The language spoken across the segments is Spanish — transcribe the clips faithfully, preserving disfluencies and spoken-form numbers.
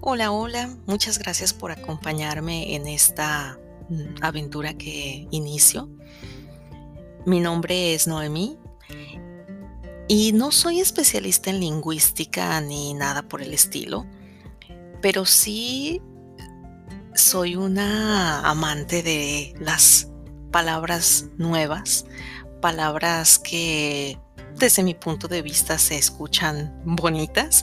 Hola, hola, muchas gracias por acompañarme en esta mm, aventura que inicio. Mi nombre es Noemí y no soy especialista en lingüística ni nada por el estilo, pero sí soy una amante de las palabras nuevas, palabras que desde mi punto de vista se escuchan bonitas.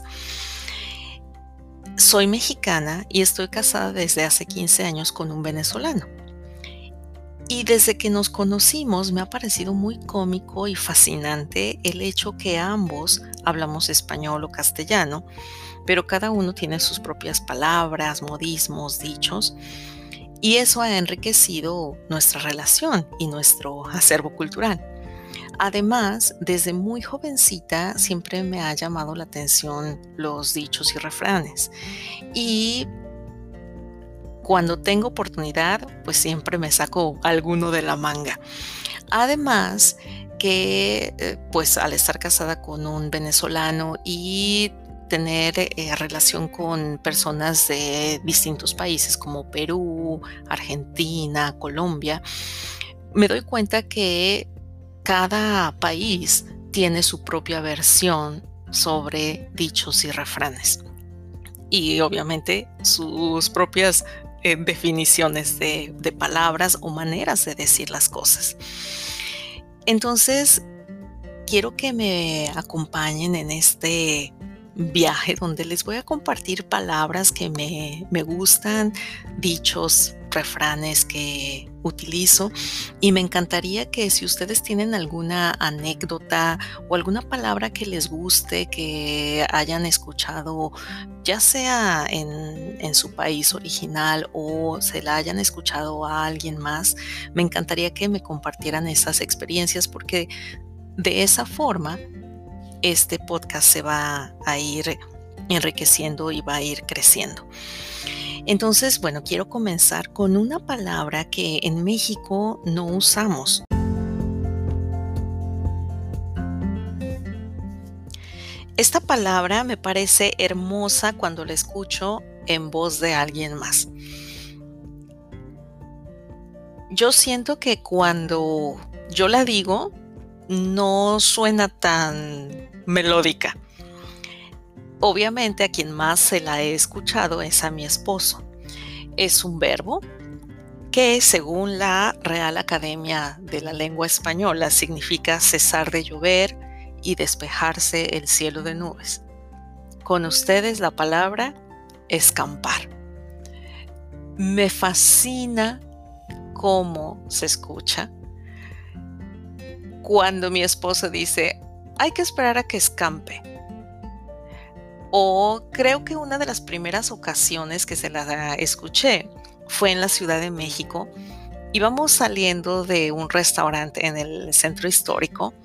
Soy mexicana y estoy casada desde hace quince años con un venezolano. Y desde que nos conocimos me ha parecido muy cómico y fascinante el hecho que ambos hablamos español o castellano, pero cada uno tiene sus propias palabras, modismos, dichos, y eso ha enriquecido nuestra relación y nuestro acervo cultural. Además, desde muy jovencita siempre me ha llamado la atención los dichos y refranes. Y cuando tengo oportunidad, pues siempre me saco alguno de la manga. Además que, eh, pues al estar casada con un venezolano y tener eh, relación con personas de distintos países como Perú, Argentina, Colombia, me doy cuenta que cada país tiene su propia versión sobre dichos y refranes. Y obviamente sus propias eh, definiciones de, de palabras o maneras de decir las cosas. Entonces, quiero que me acompañen en este viaje donde les voy a compartir palabras que me, me gustan, dichos, refranes que utilizo, y me encantaría que si ustedes tienen alguna anécdota o alguna palabra que les guste, que hayan escuchado, ya sea en, en su país original o se la hayan escuchado a alguien más, me encantaría que me compartieran esas experiencias, porque de esa forma este podcast se va a ir enriqueciendo y va a ir creciendo. Entonces, bueno, quiero comenzar con una palabra que en México no usamos. Esta palabra me parece hermosa cuando la escucho en voz de alguien más. Yo siento que cuando yo la digo, no suena tan melódica. Obviamente a quien más se la he escuchado es a mi esposo. Es un verbo que, según la Real Academia de la Lengua Española, significa cesar de llover y despejarse el cielo de nubes. Con ustedes la palabra escampar. Me fascina cómo se escucha cuando mi esposo dice, hay que esperar a que escampe. O creo que una de las primeras ocasiones que se la escuché fue en la Ciudad de México. Íbamos saliendo de un restaurante en el centro histórico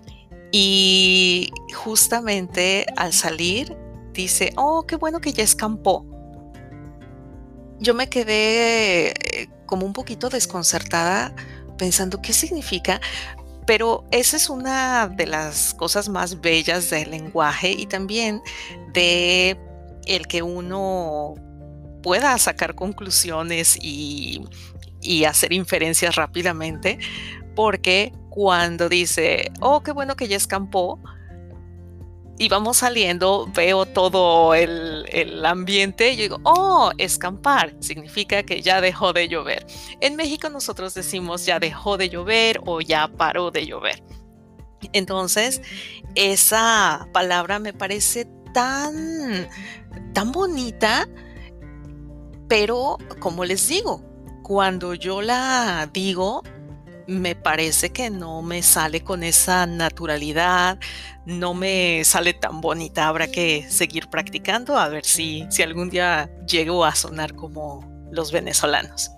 y justamente al salir dice, oh, qué bueno que ya escampó. Yo me quedé eh, como un poquito desconcertada pensando qué significa. Pero esa es una de las cosas más bellas del lenguaje y también de el que uno pueda sacar conclusiones y, y hacer inferencias rápidamente, porque cuando dice, oh, qué bueno que ya escampó, y vamos saliendo, veo todo el, el ambiente y yo digo, oh, escampar significa que ya dejó de llover. En México nosotros decimos ya dejó de llover o ya paró de llover. Entonces, esa palabra me parece tan, tan bonita, pero como les digo, cuando yo la digo, me parece que no me sale con esa naturalidad, no me sale tan bonita. Habrá que seguir practicando a ver si, si algún día llego a sonar como los venezolanos.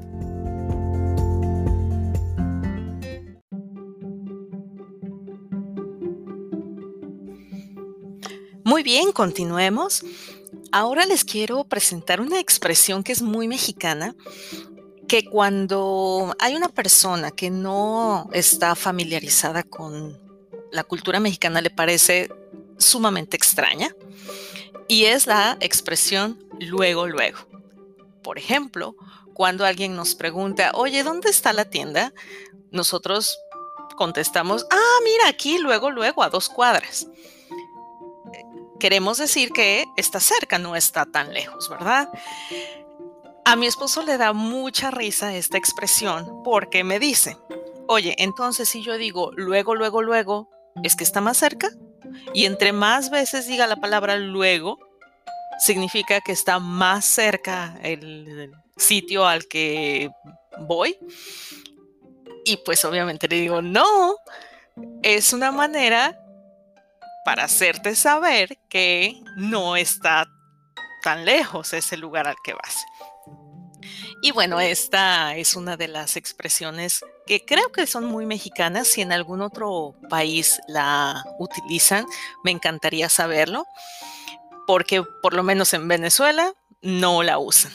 Muy bien, continuemos. Ahora les quiero presentar una expresión que es muy mexicana, que cuando hay una persona que no está familiarizada con la cultura mexicana le parece sumamente extraña, y es la expresión luego, luego. Por ejemplo, cuando alguien nos pregunta, oye, ¿dónde está la tienda? Nosotros contestamos, ah, mira, aquí, luego, luego, a dos cuadras. Queremos decir que está cerca, no está tan lejos, ¿verdad? A mi esposo le da mucha risa esta expresión porque me dice, oye, entonces si yo digo luego, luego, luego, ¿es que está más cerca? Y entre más veces diga la palabra luego, significa que está más cerca el sitio al que voy. Y pues obviamente le digo, no, es una manera para hacerte saber que no está tan lejos ese lugar al que vas. Y bueno, esta es una de las expresiones que creo que son muy mexicanas. Si en algún otro país la utilizan, me encantaría saberlo, porque por lo menos en Venezuela no la usan.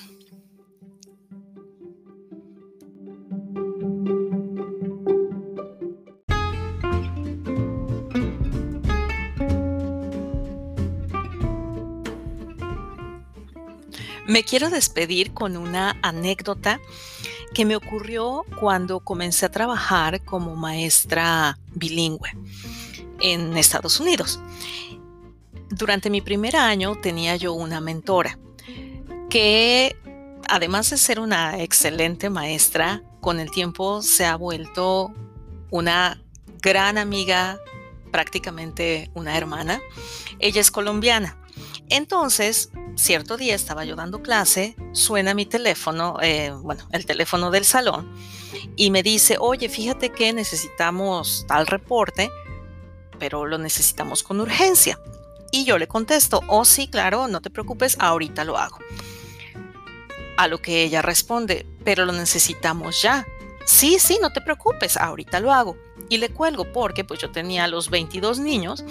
Me quiero despedir con una anécdota que me ocurrió cuando comencé a trabajar como maestra bilingüe en Estados Unidos. Durante mi primer año tenía yo una mentora que, además de ser una excelente maestra, con el tiempo se ha vuelto una gran amiga, prácticamente una hermana. Ella es colombiana. Entonces, cierto día estaba yo dando clase, suena mi teléfono, eh, bueno, el teléfono del salón, y me dice, oye, fíjate que necesitamos tal reporte, pero lo necesitamos con urgencia. Y yo le contesto, oh sí, claro, no te preocupes, ahorita lo hago. A lo que ella responde, pero lo necesitamos ya. Sí, sí, no te preocupes, ahorita lo hago. Y le cuelgo porque pues yo tenía los veintidós niños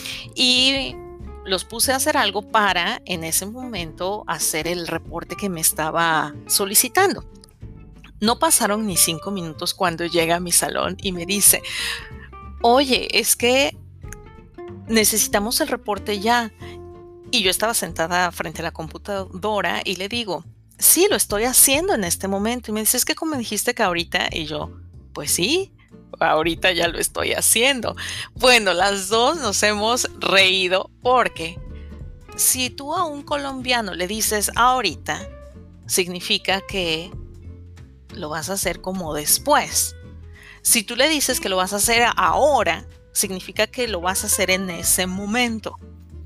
y los puse a hacer algo para, en ese momento, hacer el reporte que me estaba solicitando. No pasaron ni cinco minutos cuando llega a mi salón y me dice, oye, es que necesitamos el reporte ya. Y yo estaba sentada frente a la computadora y le digo, sí, lo estoy haciendo en este momento. Y me dice, es que como dijiste que ahorita, y yo, pues sí, ahorita ya lo estoy haciendo. Bueno, las dos nos hemos reído porque si tú a un colombiano le dices ahorita, significa que lo vas a hacer como después. Si tú le dices que lo vas a hacer ahora, significa que lo vas a hacer en ese momento.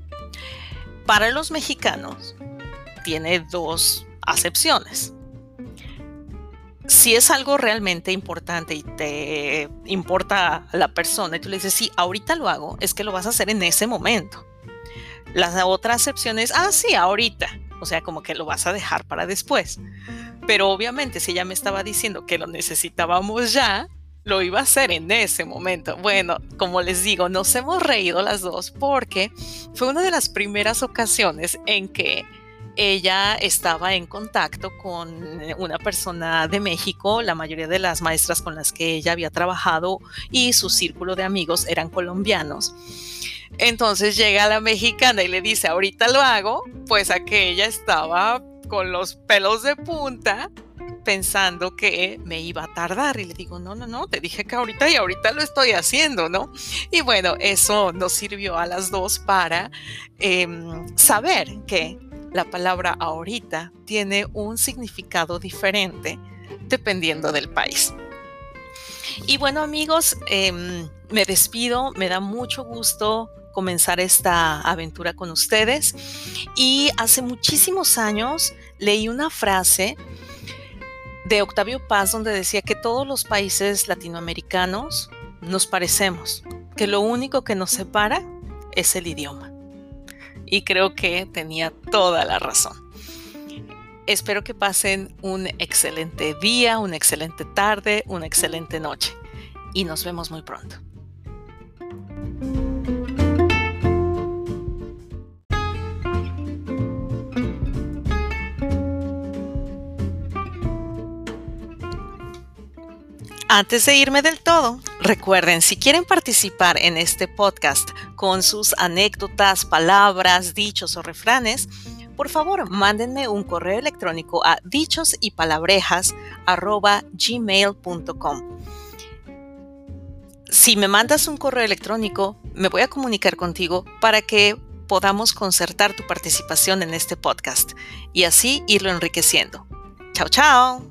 Para los mexicanos, tiene dos acepciones. Si es algo realmente importante y te importa a la persona y tú le dices, sí, ahorita lo hago, es que lo vas a hacer en ese momento. La otra acepción es, ah, sí, ahorita. O sea, como que lo vas a dejar para después. Pero obviamente si ella me estaba diciendo que lo necesitábamos ya, lo iba a hacer en ese momento. Bueno, como les digo, nos hemos reído las dos porque fue una de las primeras ocasiones en que ella estaba en contacto con una persona de México. La mayoría de las maestras con las que ella había trabajado y su círculo de amigos eran colombianos. Entonces llega la mexicana y le dice, ahorita lo hago, pues aquella estaba con los pelos de punta pensando que me iba a tardar y le digo, no, no, no, te dije que ahorita y ahorita lo estoy haciendo, ¿no? Y bueno, eso nos sirvió a las dos para eh, saber que la palabra ahorita tiene un significado diferente dependiendo del país. Y bueno, amigos, eh, me despido, me da mucho gusto comenzar esta aventura con ustedes. Y hace muchísimos años leí una frase de Octavio Paz donde decía que todos los países latinoamericanos nos parecemos, que lo único que nos separa es el idioma. Y creo que tenía toda la razón. Espero que pasen un excelente día, una excelente tarde, una excelente noche. Y nos vemos muy pronto. Antes de irme del todo, recuerden, si quieren participar en este podcast con sus anécdotas, palabras, dichos o refranes, por favor, mándenme un correo electrónico a dichosypalabrejas arroba gmail punto com. Si me mandas un correo electrónico, me voy a comunicar contigo para que podamos concertar tu participación en este podcast y así irlo enriqueciendo. Chao, chao.